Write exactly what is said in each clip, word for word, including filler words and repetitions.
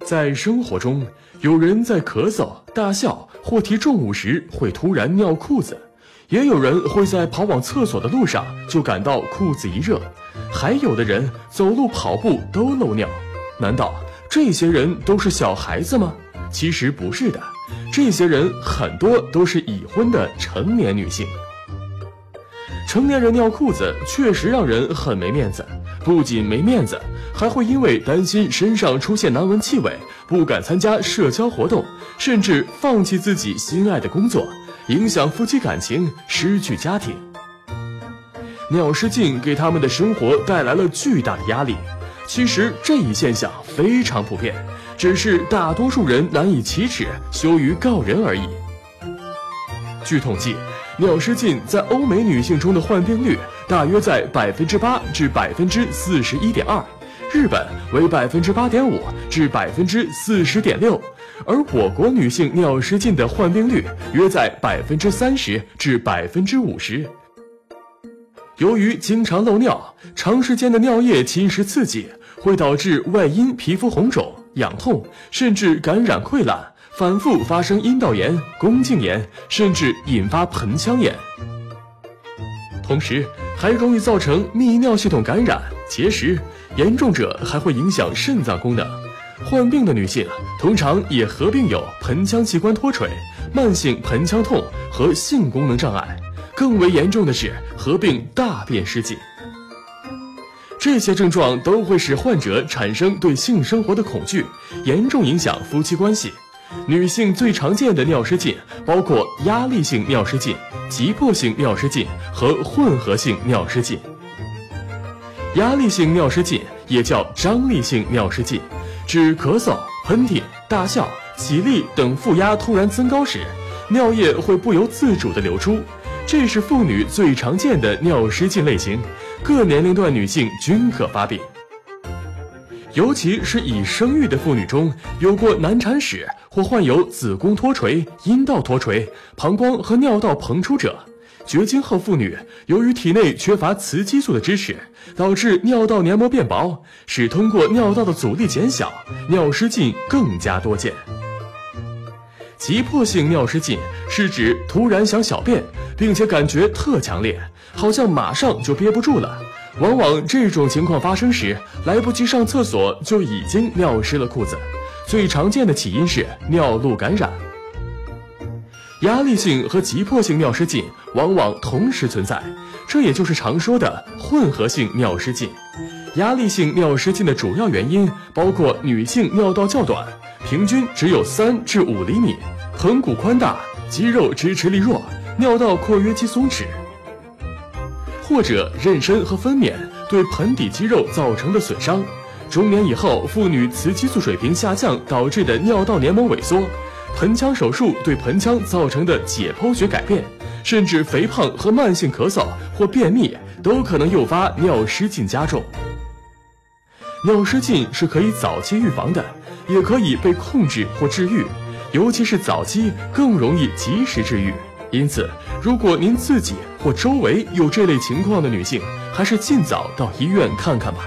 在生活中，有人在咳嗽、大笑或提重物时会突然尿裤子，也有人会在跑往厕所的路上就感到裤子一热，还有的人走路跑步都漏尿。难道这些人都是小孩子吗？其实不是的，这些人很多都是已婚的成年女性。成年人尿裤子确实让人很没面子，不仅没面子，还会因为担心身上出现难闻气味，不敢参加社交活动，甚至放弃自己心爱的工作，影响夫妻感情，失去家庭。尿失禁给他们的生活带来了巨大的压力。其实这一现象非常普遍，只是大多数人难以启齿，羞于告人而已。据统计，尿失禁在欧美女性中的患病率大约在百分之八至百分之四十一点二，日本为百分之八点五至百分之四十点六，而我国女性尿失禁的患病率约在百分之三十至百分之五十。由于经常漏尿，长时间的尿液侵蚀刺激，会导致外阴皮肤红肿、痒痛，甚至感染溃烂，反复发生阴道炎、宫颈炎，甚至引发盆腔炎。同时还容易造成泌尿系统感染、结石，严重者还会影响肾脏功能。患病的女性通常也合并有盆腔器官脱垂、慢性盆腔痛和性功能障碍，更为严重的是合并大便失禁。这些症状都会使患者产生对性生活的恐惧，严重影响夫妻关系。女性最常见的尿失禁包括压力性尿失禁、急迫性尿失禁和混合性尿失禁。压力性尿失禁也叫张力性尿失禁，指咳嗽、喷嚏、大笑、起立等负压突然增高时，尿液会不由自主地流出，这是妇女最常见的尿失禁类型，各年龄段女性均可发病。尤其是已生育的妇女中，有过难产史或患有子宫脱垂、阴道脱垂、膀胱和尿道膨出者，绝经后妇女由于体内缺乏雌激素的支持，导致尿道黏膜变薄，使通过尿道的阻力减小，尿失禁更加多见。急迫性尿失禁是指突然想小便，并且感觉特强烈，好像马上就憋不住了。往往这种情况发生时，来不及上厕所就已经尿湿了裤子。最常见的起因是尿路感染。压力性和急迫性尿失禁往往同时存在，这也就是常说的混合性尿失禁。压力性尿失禁的主要原因包括女性尿道较短，平均只有三至五厘米，盆骨宽大，肌肉支持力弱，尿道括约肌松弛，或者妊娠和分娩对盆底肌肉造成的损伤，中年以后妇女雌激素水平下降导致的尿道黏膜萎缩，盆腔手术对盆腔造成的解剖学改变，甚至肥胖和慢性咳嗽或便秘都可能诱发尿失禁加重。尿失禁是可以早期预防的，也可以被控制或治愈，尤其是早期更容易及时治愈。因此，如果您自己或周围有这类情况的女性，还是尽早到医院看看吧。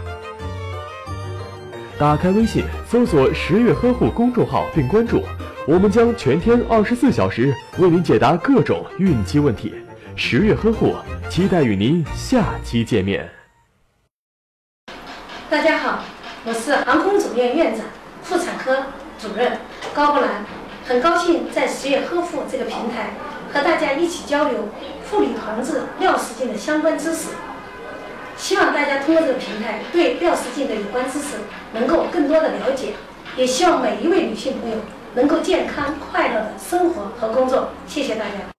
打开微信，搜索十月呵护公众号并关注，我们将全天二十四小时为您解答各种孕期问题。十月呵护，期待与您下期见面。 大家好，我是航空总院院长、妇产科主任高伯兰，很高兴在十月呵护这个平台和大家一起交流妇女同志尿失禁的相关知识。希望大家通过这个平台对尿失禁的有关知识能够更多的了解，也希望每一位女性朋友能够健康快乐的生活和工作。谢谢大家。